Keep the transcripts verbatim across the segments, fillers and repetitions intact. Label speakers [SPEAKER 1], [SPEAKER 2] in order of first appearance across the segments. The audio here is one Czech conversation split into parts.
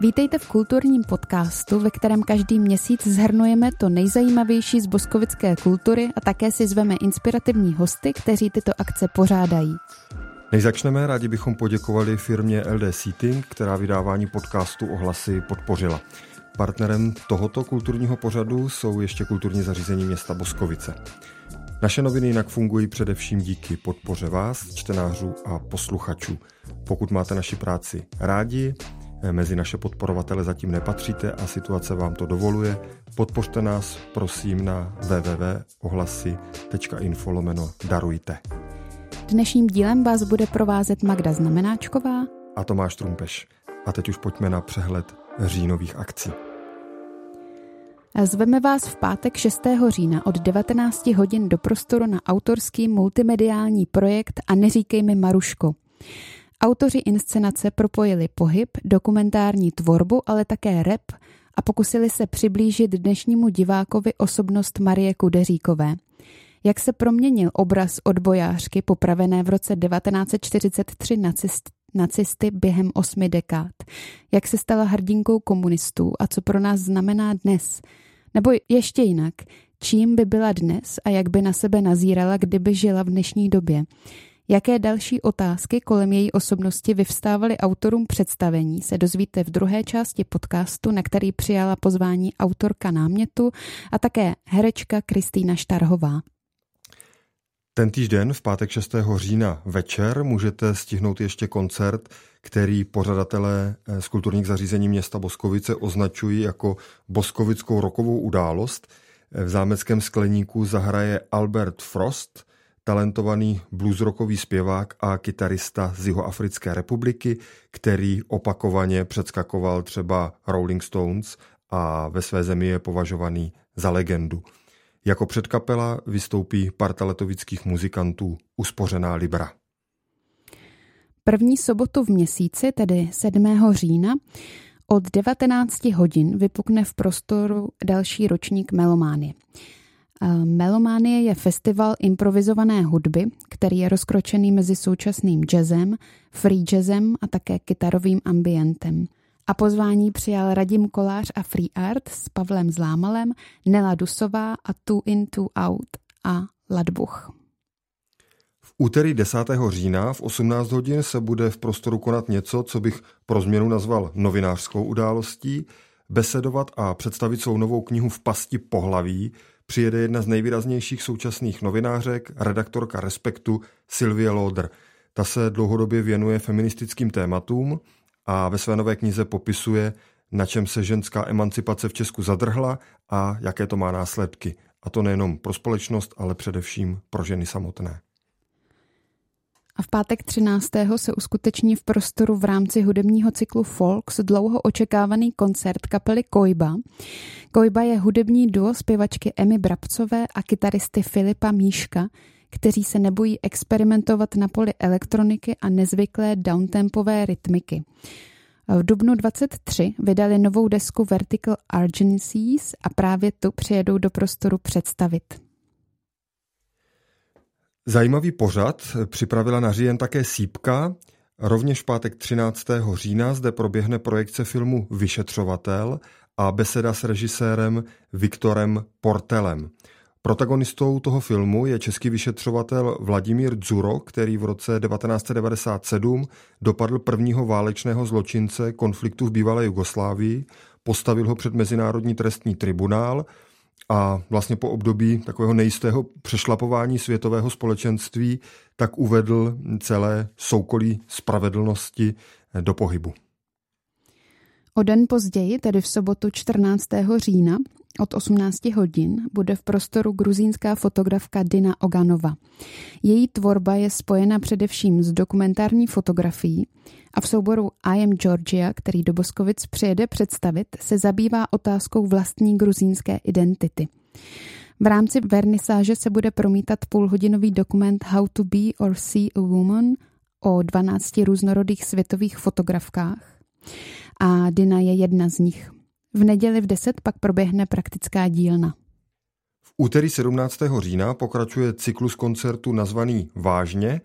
[SPEAKER 1] Vítejte v kulturním podcastu, ve kterém každý měsíc shrnujeme to nejzajímavější z boskovické kultury a také si zveme inspirativní hosty, kteří tyto akce pořádají.
[SPEAKER 2] Než začneme, rádi bychom poděkovali firmě L D Seating, která vydávání podcastu Ohlasy podpořila. Partnerem tohoto kulturního pořadu jsou ještě kulturní zařízení města Boskovice. Naše noviny jinak fungují především díky podpoře vás, čtenářů a posluchačů. Pokud máte naši práci rádi, mezi naše podporovatele zatím nepatříte a situace vám to dovoluje, podpořte nás prosím na w w w tečka ohlasy tečka info lomeno darujte.
[SPEAKER 1] Dnešním dílem vás bude provázet Magda Znamenáčková
[SPEAKER 2] a Tomáš Trumpeš. A teď už pojďme na přehled říjnových akcí.
[SPEAKER 1] Zveme vás v pátek šestého října od devatenácti hodin do prostoru na autorský multimediální projekt A neříkej mi Maruško. Autoři inscenace propojili pohyb, dokumentární tvorbu, ale také rap a pokusili se přiblížit dnešnímu divákovi osobnost Marie Kudeříkové. Jak se proměnil obraz odbojářky popravené v roce devatenáct set čtyřicet tři nacist, nacisty během osmi dekád? Jak se stala hrdinkou komunistů a co pro nás znamená dnes? Nebo ještě jinak, čím by byla dnes a jak by na sebe nazírala, kdyby žila v dnešní době? Jaké další otázky kolem její osobnosti vyvstávaly autorům představení, se dozvíte v druhé části podcastu, na který přijala pozvání autorka námětu a také herečka Kristýna Štarhová.
[SPEAKER 2] Tentýž den, v pátek šestého října večer, můžete stihnout ještě koncert, který pořadatelé z kulturních zařízení města Boskovice označují jako boskovickou rockovou událost. V zámeckém skleníku zahraje Albert Frost, talentovaný bluesrockový zpěvák a kytarista z Jihoafrické republiky, který opakovaně předskakoval třeba Rolling Stones a ve své zemi je považovaný za legendu. Jako předkapela vystoupí parta letovických muzikantů Uspořená Libra.
[SPEAKER 1] První sobotu v měsíci, tedy sedmého října, od devatenácti hodin vypukne v prostoru další ročník Melománie. Melománie je festival improvizované hudby, který je rozkročený mezi současným jazzem, free jazzem a také kytarovým ambientem. A pozvání přijal Radim Kolář a Free Art s Pavlem Zlámalem, Nela Dusová a Two In Two Out a Ladbuch.
[SPEAKER 2] V úterý desátého října v osmnáct hodin se bude v prostoru konat něco, co bych pro změnu nazval novinářskou událostí. Besedovat a představit svou novou knihu V pasti pohlaví přijede jedna z nejvýraznějších současných novinářek, redaktorka Respektu Sylvie Lauder. Ta se dlouhodobě věnuje feministickým tématům a ve své nové knize popisuje, na čem se ženská emancipace v Česku zadrhla a jaké to má následky. A to nejenom pro společnost, ale především pro ženy samotné.
[SPEAKER 1] A v pátek třináctého se uskuteční v prostoru v rámci hudebního cyklu Folks dlouho očekávaný koncert kapely Kojba. Kojba je hudební duo zpěvačky Emy Brabcové a kytaristy Filipa Míška, kteří se nebojí experimentovat na poli elektroniky a nezvyklé downtempové rytmiky. V dubnu dvacet tři vydali novou desku Vertical Urgencies a právě tu přijedou do prostoru představit.
[SPEAKER 2] Zajímavý pořad připravila na říjen také Sýpka. Rovněž v pátek třináctého října zde proběhne projekce filmu Vyšetřovatel a beseda s režisérem Viktorem Portelem. Protagonistou toho filmu je český vyšetřovatel Vladimír Dzuro, který v roce devatenáct set devadesát sedm dopadl prvního válečného zločince konfliktu v bývalé Jugoslávii, postavil ho před Mezinárodní trestní tribunál a vlastně po období takového nejistého přešlapování světového společenství tak uvedl celé soukolí spravedlnosti do pohybu.
[SPEAKER 1] O den později, tedy v sobotu čtrnáctého října od osmnácti hodin, bude v prostoru gruzínská fotografka Dina Oganova. Její tvorba je spojena především s dokumentární fotografií a v souboru I Am Georgia, který do Boskovic přijede představit, se zabývá otázkou vlastní gruzínské identity. V rámci vernisáže se bude promítat půlhodinový dokument How to be or see a woman o dvanácti různorodých světových fotografkách. A Dina je jedna z nich. V neděli v deset pak proběhne praktická dílna.
[SPEAKER 2] V úterý sedmnáctého října pokračuje cyklus koncertů nazvaný Vážně,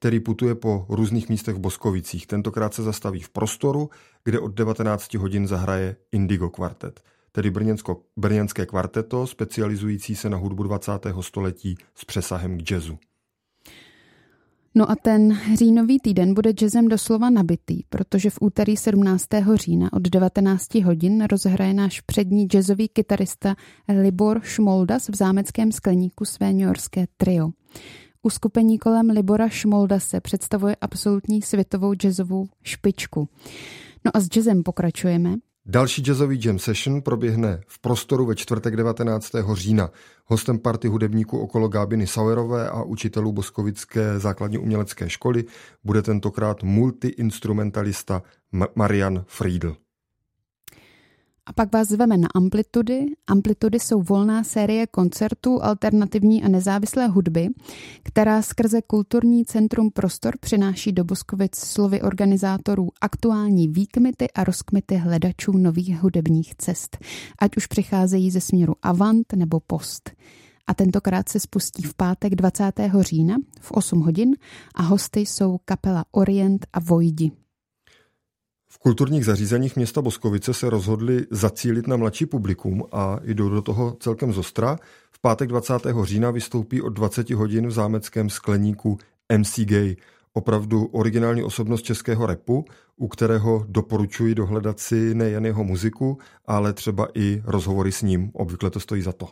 [SPEAKER 2] který putuje po různých místech v Boskovicích. Tentokrát se zastaví v Prostoru, kde od devatenáct hodin zahraje Indigo kvartet, tedy brněnsko, brněnské kvarteto specializující se na hudbu dvacátého století s přesahem k jazzu.
[SPEAKER 1] No a ten říjnový týden bude jazzem doslova nabitý, protože v úterý sedmnáctého října od devatenáct hodin rozhraje náš přední jazzový kytarista Libor Šmoldas v zámeckém Skleníku své newyorské trio. Uskupení kolem Libora Šmoldase představuje absolutní světovou jazzovou špičku. No a s jazzem pokračujeme.
[SPEAKER 2] Další jazzový jam session proběhne v Prostoru ve čtvrtek devatenáctého října. Hostem party hudebníků okolo Gábiny Sauerové a učitelů Boskovické základní umělecké školy bude tentokrát multiinstrumentalista Marian Friedl.
[SPEAKER 1] A pak vás zveme na Amplitudy. Amplitudy jsou volná série koncertů alternativní a nezávislé hudby, která skrze Kulturní centrum Prostor přináší do Boskovic slovy organizátorů aktuální výkmity a rozkmity hledačů nových hudebních cest, ať už přicházejí ze směru avant nebo post. A tentokrát se spustí v pátek dvacátého října v osm hodin a hosty jsou kapela Orient a Vojdi.
[SPEAKER 2] V kulturních zařízeních města Boskovice se rozhodli zacílit na mladší publikum a jdou do toho celkem zostra. V pátek dvacátého října vystoupí od dvacet hodin v zámeckém Skleníku M C Gay, opravdu originální osobnost českého rapu, u kterého doporučuji dohledat si nejen jeho muziku, ale třeba i rozhovory s ním. Obvykle to stojí za to.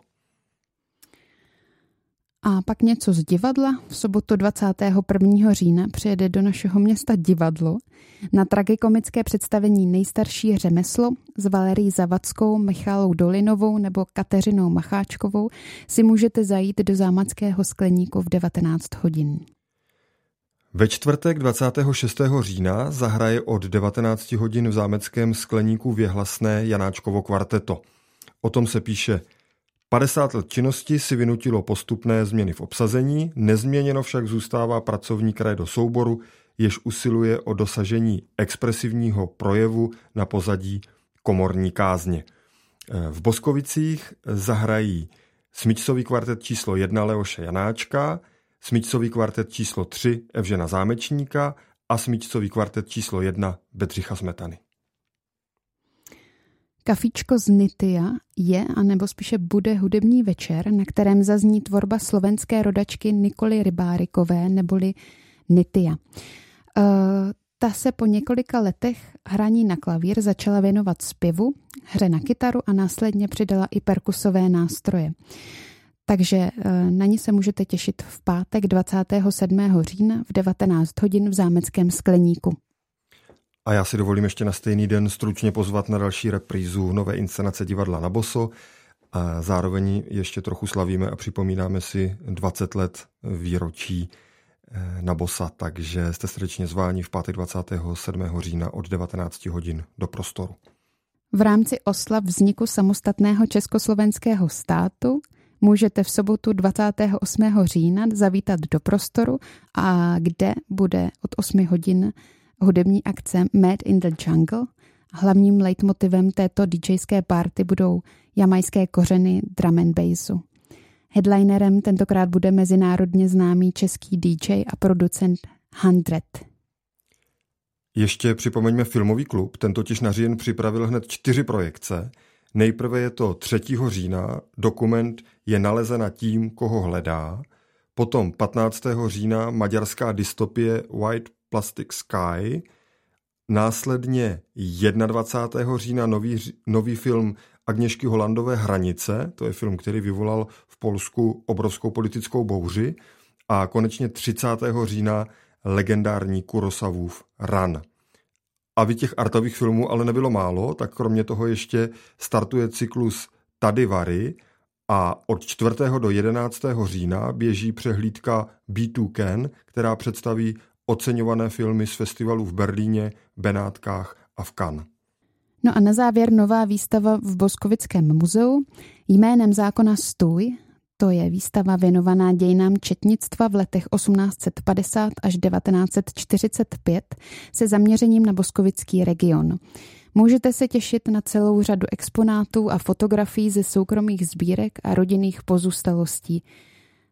[SPEAKER 1] A pak něco z divadla. V sobotu dvacátého prvního října přijede do našeho města divadlo. Na tragikomické představení Nejstarší řemeslo s Valerií Zavadskou, Michalou Dolinovou nebo Kateřinou Macháčkovou si můžete zajít do zámeckého Skleníku v devatenáct hodin.
[SPEAKER 2] Ve čtvrtek dvacátého šestého října zahraje od devatenáct hodin v zámeckém Skleníku věhlasné Janáčkovo kvarteto. O tom se píše: padesát let činnosti si vynutilo postupné změny v obsazení, nezměněno však zůstává pracovní krédo souboru, jež usiluje o dosažení expresivního projevu na pozadí komorní kázně. V Boskovicích zahrají smyčcový kvartet číslo jedna Leoše Janáčka, smyčcový kvartet číslo tři Evžena Zámečníka a smyčcový kvartet číslo jedna Bedřicha Smetany.
[SPEAKER 1] Kafíčko z Nitia je, anebo spíše bude hudební večer, na kterém zazní tvorba slovenské rodačky Nikoly Rybárikové neboli Nitia. Uh, ta se po několika letech hraní na klavír začala věnovat zpěvu, hře na kytaru a následně přidala i perkusové nástroje. Takže uh, na ní se můžete těšit v pátek dvacátého sedmého října v devatenáct hodin v zámeckém Skleníku.
[SPEAKER 2] A já si dovolím ještě na stejný den stručně pozvat na další reprízu nové inscenace divadla Na boso. A zároveň ještě trochu slavíme a připomínáme si dvacet let výročí Na bosa, takže jste srdečně zváni v pátek dvacátého sedmého října od devatenáct hodin do Prostoru.
[SPEAKER 1] V rámci oslav vzniku samostatného československého státu můžete v sobotu dvacátého osmého října zavítat do Prostoru, a kde bude od osmi hodin hudební akce Mad in the Jungle. Hlavním leitmotivem této DJské party budou jamajské kořeny drum and bassu. Headlinerem tentokrát bude mezinárodně známý český D J a producent Hundred.
[SPEAKER 2] Ještě připomeňme filmový klub, ten totiž na říjen připravil hned čtyři projekce. Nejprve je to třetího října, dokument Je nalezena tím, koho hledá. Potom patnáctého října maďarská dystopie White Plastic Sky. Následně dvacátého prvního října nový, nový film Agněšky Holandové Hranice, to je film, který vyvolal v Polsku obrovskou politickou bouři. A konečně třicátého října legendární Kurosawův Ran. A těch artových filmů ale nebylo málo, tak kromě toho ještě startuje cyklus Tady Vary a od čtvrtého do jedenáctého října běží přehlídka Be two Can, která představí oceňované filmy z festivalů v Berlíně, Benátkách a v Cannes.
[SPEAKER 1] No a na závěr nová výstava v Boskovickém muzeu jménem zákona Stůj. To je výstava věnovaná dějinám četnictva v letech osmnáct set padesát až devatenáct set čtyřicet pět se zaměřením na boskovický region. Můžete se těšit na celou řadu exponátů a fotografií ze soukromých sbírek a rodinných pozůstalostí.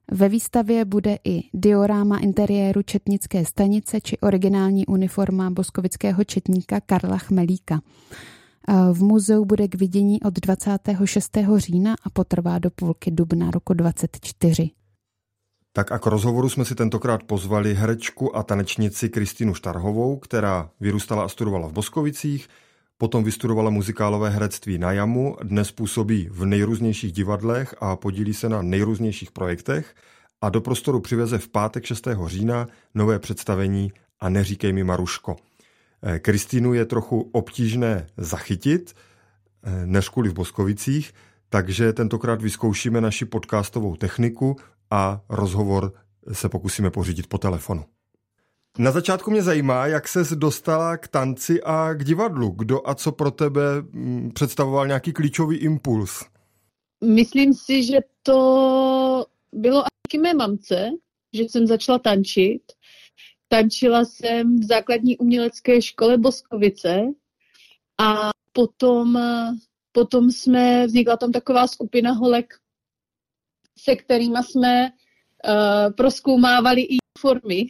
[SPEAKER 1] Ve výstavě bude i dioráma interiéru četnické stanice či originální uniforma boskovického četníka Karla Chmelíka. V muzeu bude k vidění od dvacátého šestého října a potrvá do půlky dubna roku dvacet čtyři.
[SPEAKER 2] Tak a k rozhovoru jsme si tentokrát pozvali herečku a tanečnici Kristýnu Štarhovou, která vyrůstala a studovala v Boskovicích, potom vystudovala muzikálové herectví na Jamu, dnes působí v nejrůznějších divadlech a podílí se na nejrůznějších projektech a do prostoru přiveze v pátek šestého října nové představení A neříkej mi Maruško. Kristýnu je trochu obtížné zachytit, než kvůli v Boskovicích, takže tentokrát vyzkoušíme naši podcastovou techniku a rozhovor se pokusíme pořídit po telefonu. Na začátku mě zajímá, jak ses dostala k tanci a k divadlu. Kdo a co pro tebe představoval nějaký klíčový impuls?
[SPEAKER 3] Myslím si, že to bylo i mé mamce, že jsem začala tančit. Tančila jsem v základní umělecké škole Boskovice a potom, potom jsme, vznikla tam taková skupina holek, se kterými jsme uh, prozkoumávali i formy,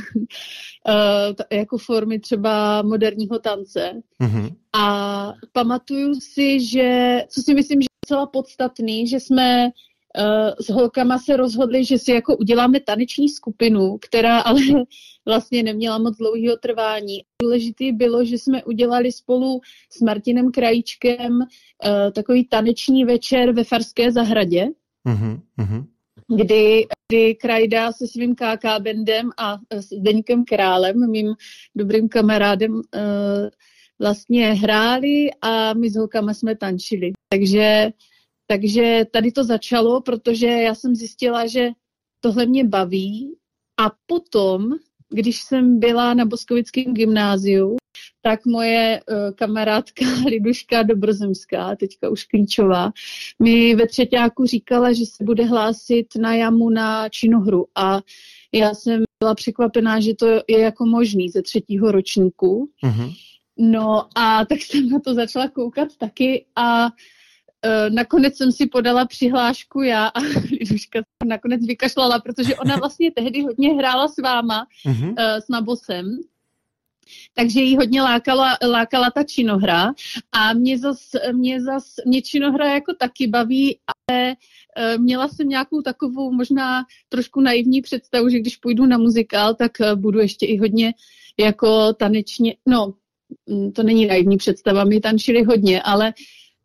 [SPEAKER 3] uh, t- jako formy třeba moderního tance. Mm-hmm. A pamatuju si, že, co si myslím, že je docela podstatný, že jsme uh, s holkama se rozhodli, že si jako uděláme taneční skupinu, která ale vlastně neměla moc dlouhého trvání. Důležitý bylo, že jsme udělali spolu s Martinem Krajíčkem uh, takový taneční večer ve Farské zahradě, mm-hmm, mm-hmm. Kdy, kdy Krajda se svým ká ká bandem a s Zdeňkem Králem, mým dobrým kamarádem, uh, vlastně hráli a my s holkama jsme tančili. Takže, takže tady to začalo, protože já jsem zjistila, že tohle mě baví a potom, když jsem byla na Boskovickém gymnáziu, tak moje uh, kamarádka Liduška Dobrozemská, teďka už Klíčová, mi ve třeťáku říkala, že se bude hlásit na Jamu na činohru a já jsem byla překvapená, že to je jako možný ze třetího ročníku. Mm-hmm. No a tak jsem na to začala koukat taky a uh, nakonec jsem si podala přihlášku já a Liduška se nakonec vykašlala, protože ona vlastně tehdy hodně hrála s váma, mm-hmm. uh, s Nabosem. Takže jí hodně lákala, lákala ta činohra a mě zas, mě zas mě činohra jako taky baví, ale e, měla jsem nějakou takovou možná trošku naivní představu, že když půjdu na muzikál, tak e, budu ještě i hodně jako tanečně, no to není naivní představa, my tančili hodně, ale e,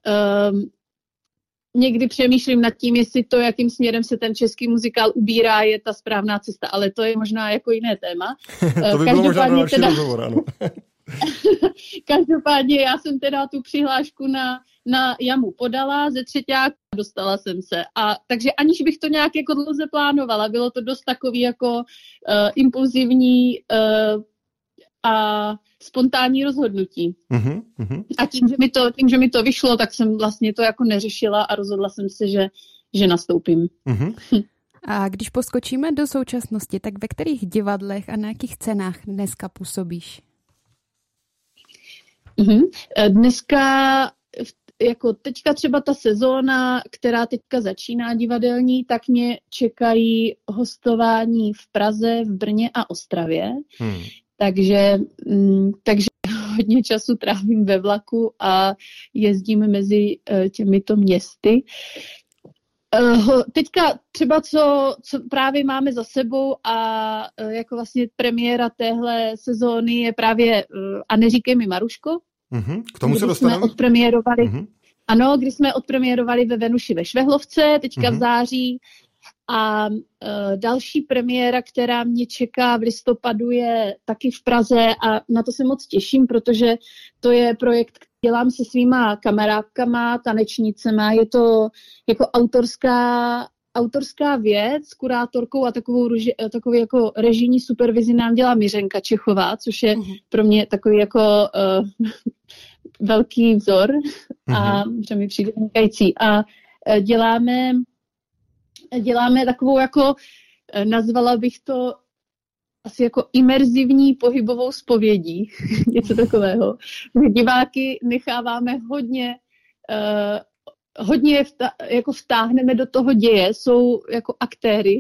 [SPEAKER 3] někdy přemýšlím nad tím, jestli to, jakým směrem se ten český muzikál ubírá, je ta správná cesta, ale to je možná jako jiné téma.
[SPEAKER 2] To by bylo možná další teda... rozhovor, ano.
[SPEAKER 3] Každopádně já jsem teda tu přihlášku na, na Jamu podala, ze třeťáku dostala jsem se. A takže aniž bych to nějak jako dlouze plánovala, bylo to dost takový jako uh, impulzivní uh, a spontánní rozhodnutí. Uh-huh, uh-huh. A tím že, mi to, tím, že mi to vyšlo, tak jsem vlastně to jako neřešila a rozhodla jsem se, že, že nastoupím. Uh-huh.
[SPEAKER 1] A když poskočíme do současnosti, tak ve kterých divadlech a na jakých cenách dneska působíš?
[SPEAKER 3] Uh-huh. Dneska, jako teďka třeba ta sezóna, která teďka začíná divadelní, tak mě čekají hostování v Praze, v Brně a Ostravě. Hmm. Takže, takže hodně času trávím ve vlaku a jezdím mezi těmito městy. Teďka třeba, co, co právě máme za sebou a jako vlastně premiéra téhle sezóny je právě A neříkej mi Maruško.
[SPEAKER 2] Mm-hmm. K tomu se dostaneme.
[SPEAKER 3] Jsme odpremiérovali, mm-hmm. Ano, když jsme odpremiérovali ve Venuši ve Švehlovce, teďka mm-hmm. v září. A uh, další premiéra, která mě čeká v listopadu, je taky v Praze a na to se moc těším, protože to je projekt, který dělám se svýma kamarádkama, tanečnicema. Je to jako autorská, autorská věc s kurátorkou a takovou, takovou jako režijní supervizi nám dělá Miřenka Čechová, což je uh-huh. pro mě takový jako uh, velký vzor uh-huh. a že mi přijde vynikající. A uh, děláme Děláme takovou jako, nazvala bych to asi jako imerzivní pohybovou zpovědí, něco takového. My diváky necháváme hodně uh, hodně vta, jako vtáhneme do toho děje, jsou jako aktéry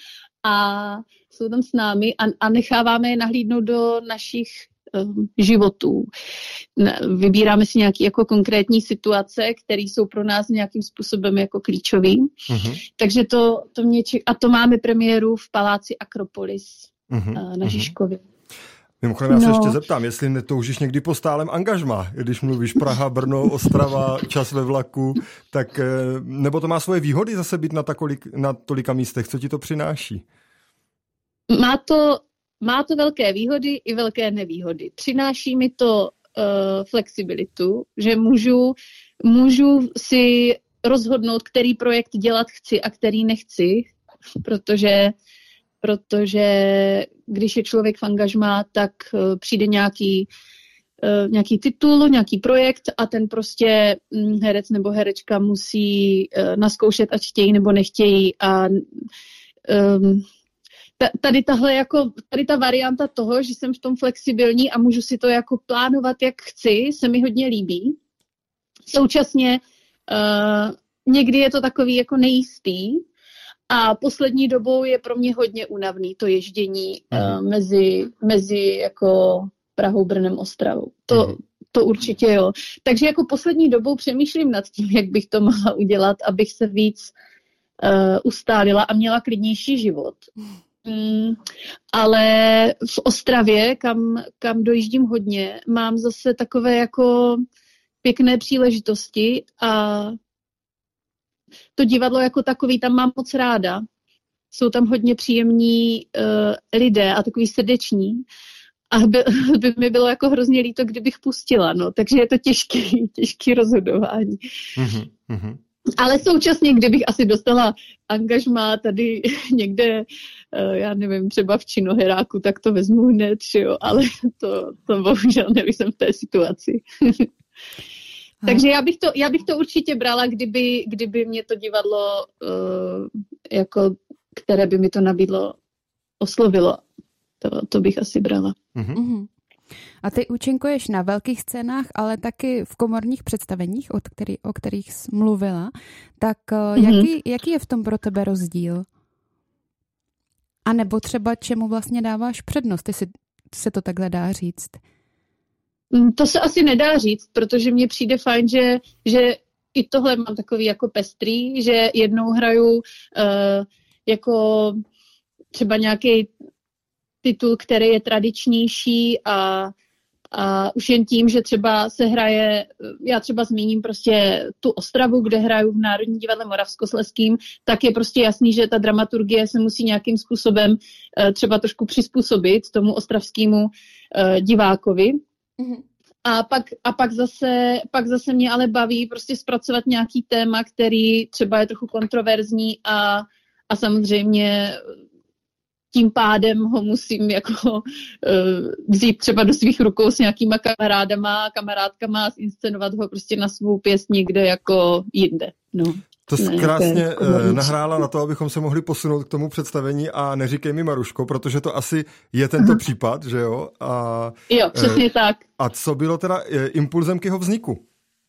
[SPEAKER 3] a jsou tam s námi a, a necháváme je nahlídnout do našich um, životů. Vybíráme si nějaké jako konkrétní situace, které jsou pro nás nějakým způsobem jako klíčový. Uh-huh. Takže to, to mě ček- a to máme premiéru v paláci Akropolis uh-huh. na Žižkově.
[SPEAKER 2] Mimochodem, já se no. ještě zeptám, jestli netoužíš někdy po stálem angažmá, když mluvíš Praha, Brno, Ostrava, čas ve vlaku, tak nebo to má svoje výhody zase být na, takolik, na tolika místech, co ti to přináší?
[SPEAKER 3] Má to, má to velké výhody i velké nevýhody. Přináší mi to uh, flexibilitu, že můžu, můžu si rozhodnout, který projekt dělat chci a který nechci, protože protože když je člověk v angažmá, tak uh, přijde nějaký, uh, nějaký titul, nějaký projekt a ten prostě um, herec nebo herečka musí uh, naskoušet, ať chtějí nebo nechtějí. A um, t- tady tahle jako, tady ta varianta toho, že jsem v tom flexibilní a můžu si to jako plánovat, jak chci, se mi hodně líbí. Současně uh, někdy je to takový jako nejistý, a poslední dobou je pro mě hodně únavný to ježdění uh, mezi, mezi jako Prahou, Brnem, Ostravou. To, to určitě jo. Takže jako poslední dobou přemýšlím nad tím, jak bych to mohla udělat, abych se víc uh, ustálila a měla klidnější život. Mm, ale v Ostravě, kam, kam dojíždím hodně, mám zase takové jako pěkné příležitosti a to divadlo jako takový tam mám moc ráda. Jsou tam hodně příjemní uh, lidé a takový srdeční. A by, by mi bylo jako hrozně líto, kdybych pustila. No. Takže je to těžký, těžký rozhodování. Mm-hmm, mm-hmm. Ale současně, kdybych asi dostala angažmá tady někde, uh, já nevím, třeba v Činoheráku, tak to vezmu hned, jo? Ale to, to bohužel nejsem v té situaci. Takže já bych, to, já bych to určitě brala, kdyby, kdyby mě to divadlo, uh, jako, které by mi to nabídlo, oslovilo. To, to bych asi brala.
[SPEAKER 1] Mm-hmm. A ty účinkuješ na velkých scénách, ale taky v komorních představeních, od který, o kterých jsi mluvila. Tak uh, mm-hmm. jaký, jaký je v tom pro tebe rozdíl? A nebo třeba čemu vlastně dáváš přednost, jestli se to takhle dá říct?
[SPEAKER 3] To se asi nedá říct, protože mně přijde fajn, že, že i tohle mám takový jako pestrý, že jednou hraju uh, jako třeba nějaký titul, který je tradičnější a, a už jen tím, že třeba se hraje, já třeba zmíním prostě tu Ostravu, kde hraju v Národním divadle Moravskoslezským, tak je prostě jasný, že ta dramaturgie se musí nějakým způsobem uh, třeba trošku přizpůsobit tomu ostravskému uh, divákovi. Mm-hmm. A pak, a pak zase, pak zase mě ale baví prostě zpracovat nějaký téma, který třeba je trochu kontroverzní a, a samozřejmě tím pádem ho musím jako uh, vzít třeba do svých rukou s nějakýma kamarádama, kamarádkama a zinscenovat ho prostě na svou pěst někde jako jinde. No.
[SPEAKER 2] To jsi krásně uh, nahrála na to, abychom se mohli posunout k tomu představení a neříkej mi Maruško, protože to asi je tento případ, že jo? A,
[SPEAKER 3] jo, přesně uh, tak.
[SPEAKER 2] A co bylo teda uh, impulzem k jeho vzniku?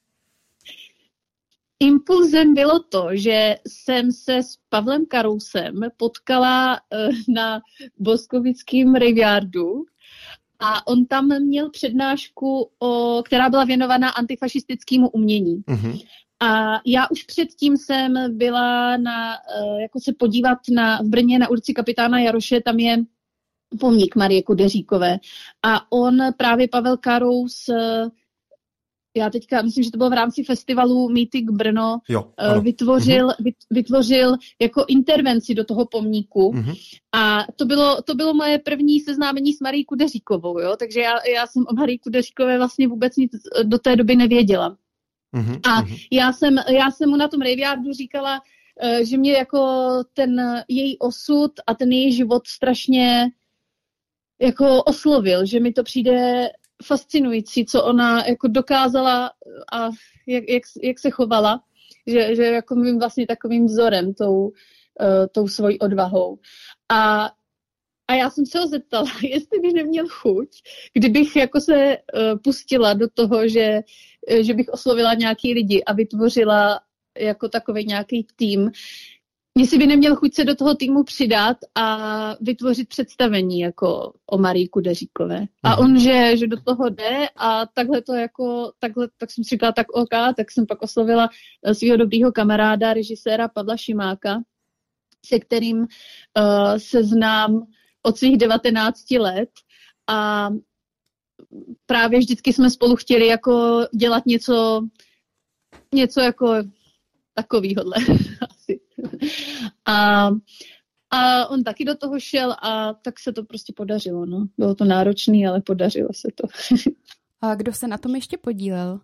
[SPEAKER 3] Impulzem bylo to, že jsem se s Pavlem Karousem potkala uh, na boskovickém Rejviardu a on tam měl přednášku, o, která byla věnovaná antifašistickému umění. Uh-huh. A já už předtím jsem byla na, jako se podívat na, v Brně na ulici Kapitána Jaroše, tam je pomník Marie Kudeříkové. A on právě Pavel Karous, já teďka myslím, že to bylo v rámci festivalu Meeting Brno, jo, vytvořil, uh-huh. vytvořil jako intervenci do toho pomníku. Uh-huh. A to bylo, to bylo moje první seznámení s Marií Kudeříkovou, jo? Takže já, já jsem o Marii Kudeříkové vlastně vůbec nic do té doby nevěděla. Uhum, a uhum. Já, jsem, já jsem mu na tom Rejviardu říkala, že mě jako ten její osud a ten její život strašně jako oslovil, že mi to přijde fascinující, co ona jako dokázala a jak, jak, jak se chovala, že, že jako mým vlastně takovým vzorem, tou, uh, tou svojí odvahou. A A já jsem se ho zeptala, jestli bych neměl chuť, kdybych jako se uh, pustila do toho, že, že bych oslovila nějaký lidi a vytvořila jako takový nějaký tým, jestli by neměl chuť se do toho týmu přidat a vytvořit představení jako o Marii Kudeříkové. A on, že, že do toho jde a takhle to jako, takhle, tak jsem si říkala, tak OK, tak jsem pak oslovila svého dobrýho kamaráda, režiséra Pavla Šimáka, se kterým uh, se znám od svých devatenácti let a právě vždycky jsme spolu chtěli jako dělat něco, něco jako takovýhodle asi. A, a on taky do toho šel a tak se to prostě podařilo. No. Bylo to náročné, ale podařilo se to.
[SPEAKER 1] A kdo se na tom ještě podílel?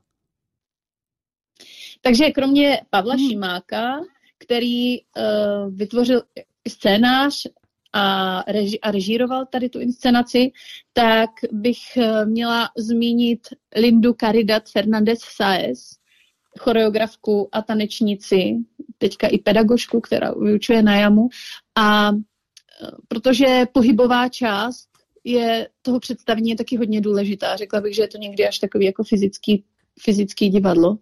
[SPEAKER 3] Takže kromě Pavla hmm. Šimáka, který uh, vytvořil scénář a, reži- a režíroval tady tu inscenaci, tak bych uh, měla zmínit Lindu Caridad Fernández Sáez, choreografku a tanečnici, teďka i pedagožku, která vyučuje na jamu. A protože pohybová část je toho představení je taky hodně důležitá. Řekla bych, že je to někdy až takový jako fyzický, fyzický divadlo.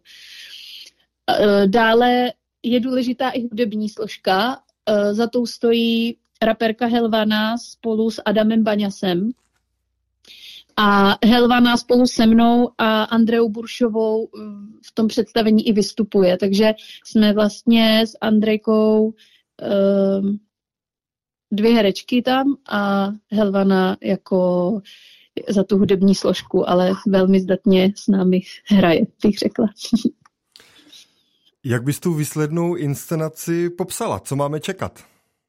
[SPEAKER 3] Dále je důležitá i hudební složka. Za tou stojí raperka Helvana spolu s Adamem Baňasem. A Helvana spolu se mnou a Andreou Buršovou v tom představení i vystupuje. Takže jsme vlastně s Andrejkou um, dvě herečky tam a Helvana jako za tu hudební složku, ale velmi zdatně s námi hraje, bych řekla.
[SPEAKER 2] Jak bys tu výslednou inscenaci popsala? Co máme čekat?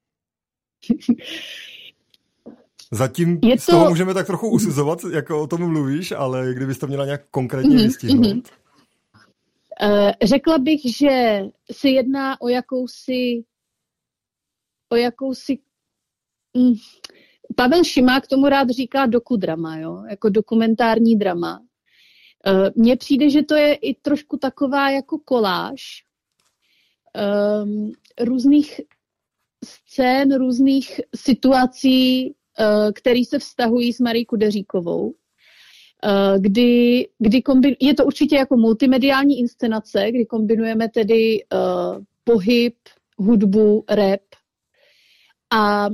[SPEAKER 2] Zatím to... z toho můžeme tak trochu usuzovat, jako o tom mluvíš, ale kdybys to měla nějak konkrétně mm-hmm, vystihnout. Mm-hmm.
[SPEAKER 3] Uh, řekla bych, že se jedná o jakousi o jakousi mm, Pavel Šimák tomu rád říká dokudrama, jo? Jako dokumentární drama. Uh, Mně přijde, že to je i trošku taková jako koláž um, různých scén, různých situací, který se vztahují s Marií Kudeříkovou, kdy, kdy kombin... je to určitě jako multimediální inscenace, kdy kombinujeme tedy uh, pohyb, hudbu, rap a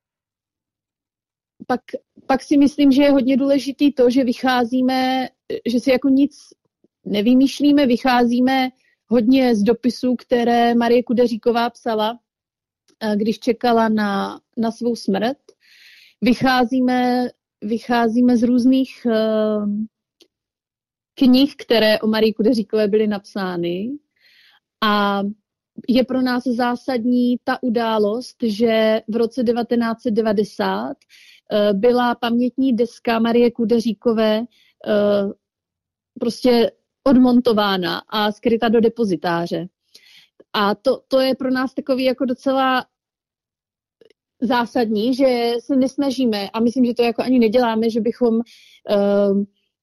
[SPEAKER 3] pak, pak si myslím, že je hodně důležitý to, že vycházíme, že si jako nic nevymýšlíme, vycházíme hodně z dopisů, které Marie Kudeříková psala, když čekala na, na svou smrt. Vycházíme, vycházíme z různých uh, knih, které o Marii Kudeříkové byly napsány a je pro nás zásadní ta událost, že v roce devatenáct set devadesát uh, byla pamětní deska Marie Kudeříkové uh, prostě odmontována a skryta do depozitáře. A to, to je pro nás takový jako docela zásadní, že se nesnažíme, a myslím, že to jako ani neděláme, že bychom uh,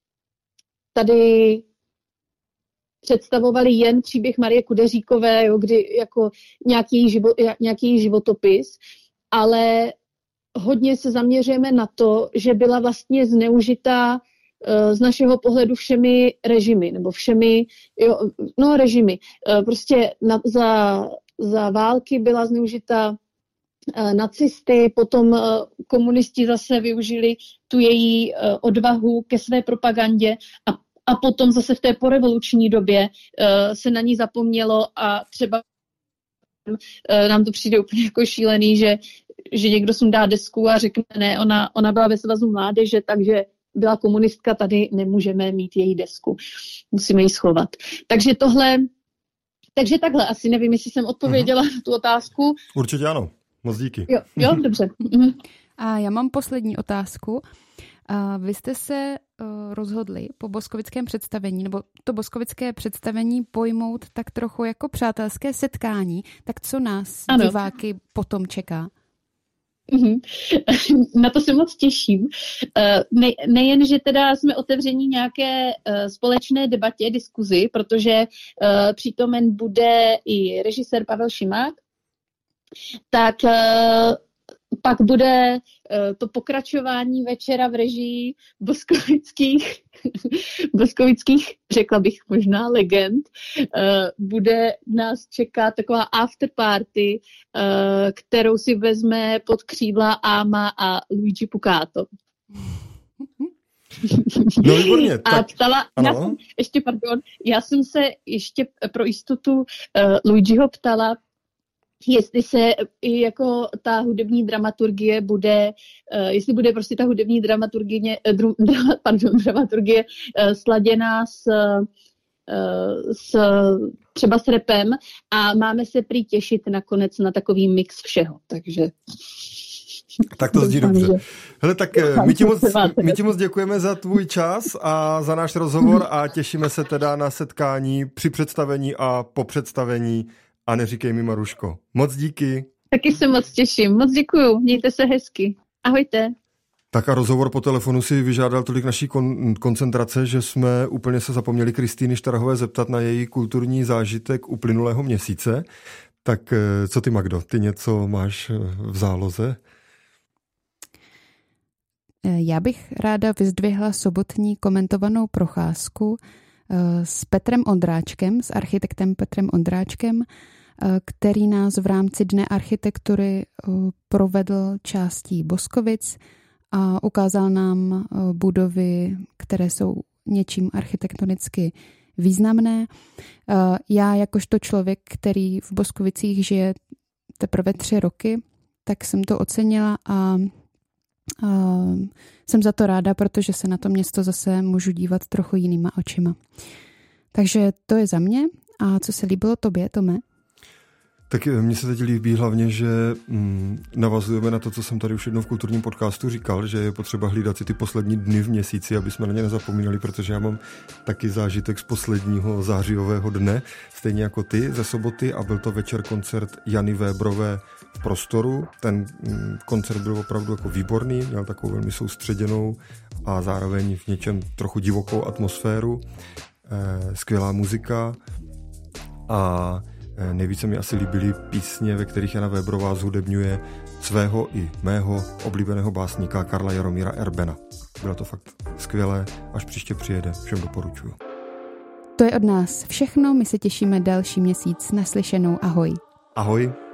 [SPEAKER 3] tady představovali jen příběh Marie Kudeříkové, jo, kdy jako nějaký, živo, nějaký životopis, ale hodně se zaměřujeme na to, že byla vlastně zneužitá uh, z našeho pohledu všemi režimy, nebo všemi, jo, no režimy. Uh, prostě na, za, za války byla zneužita nacisty, potom komunisti zase využili tu její odvahu ke své propagandě a, a potom zase v té porevoluční době se na ní zapomnělo a třeba nám to přijde úplně jako šílený, že, že někdo sundá desku a řekne, ne, ona, ona byla ve Svazu mládeže, takže byla komunistka, tady nemůžeme mít její desku. Musíme ji schovat. Takže tohle, takže takhle, asi nevím, jestli jsem odpověděla na tu otázku.
[SPEAKER 2] Určitě ano. Moc díky.
[SPEAKER 3] Jo, jo, dobře. Mhm.
[SPEAKER 1] A já mám poslední otázku. A vy jste se uh, rozhodli po boskovickém představení, nebo to boskovické představení pojmout tak trochu jako přátelské setkání. Tak co nás, ano, diváky, potom čeká?
[SPEAKER 3] Mhm. Na to se moc těším. Ne, nejen, že teda jsme otevření nějaké společné debatě, diskuzi, protože přítomen bude i režisér Pavel Šimák, tak Pak bude to pokračování večera v režii boskovických, boskovických, řekla bych možná legend. Bude nás čekat taková afterparty, kterou si vezme pod křídla Ama a Luigi Pucato.
[SPEAKER 2] No výborně.
[SPEAKER 3] A
[SPEAKER 2] tak,
[SPEAKER 3] ptala, já jsem, ještě pardon, já jsem se ještě pro jistotu uh, Luigiho ptala, jestli se i jako ta hudební dramaturgie bude, uh, jestli bude prostě ta hudební dramaturgie, uh, dru, dra, pardon, dramaturgie uh, sladěná s, uh, s třeba s rapem a máme se prý těšit nakonec na takový mix všeho, takže...
[SPEAKER 2] Tak to zní dobře. Hele, tak my ti, moc, my ti moc děkujeme za tvůj čas a za náš rozhovor a těšíme se teda na setkání při představení a po představení a neříkej mi Maruško. Moc díky.
[SPEAKER 3] Taky se moc těším. Moc děkuju. Mějte se hezky. Ahojte.
[SPEAKER 2] Tak a rozhovor po telefonu si vyžádal tolik naší kon- koncentrace, že jsme úplně se zapomněli Kristýny Štarhové zeptat na její kulturní zážitek uplynulého měsíce. Tak co ty, Magdo? Ty něco máš v záloze?
[SPEAKER 1] Já bych ráda vyzdvihla sobotní komentovanou procházku s Petrem Ondráčkem, s architektem Petrem Ondráčkem, který nás v rámci Dne architektury provedl částí Boskovic a ukázal nám budovy, které jsou něčím architektonicky významné. Já jakožto člověk, který v Boskovicích žije teprve tři roky, tak jsem to ocenila a Uh, jsem za to ráda, protože se na to město zase můžu dívat trochu jinýma očima. Takže to je za mě. A co se líbilo tobě, Tome?
[SPEAKER 2] Tak mně se teď líbí hlavně, že mm, navazujeme na to, co jsem tady už jednou v kulturním podcastu říkal, že je potřeba hlídat si ty poslední dny v měsíci, aby jsme na ně nezapomínali, protože já mám taky zážitek z posledního zářijového dne, stejně jako ty ze soboty, a byl to večer koncert Jany Vébrové v Prostoru. Ten mm, koncert byl opravdu jako výborný, měl takovou velmi soustředěnou a zároveň v něčem trochu divokou atmosféru, eh, skvělá muzika a nejvíce mi asi líbily písně, ve kterých Jana Vébrová zhudebňuje svého i mého oblíbeného básníka Karla Jaromíra Erbena. Bylo to fakt skvělé, až příště přijede. Všem doporučuju.
[SPEAKER 1] To je od nás všechno, my se těšíme další měsíc. Naslyšenou, ahoj.
[SPEAKER 2] Ahoj.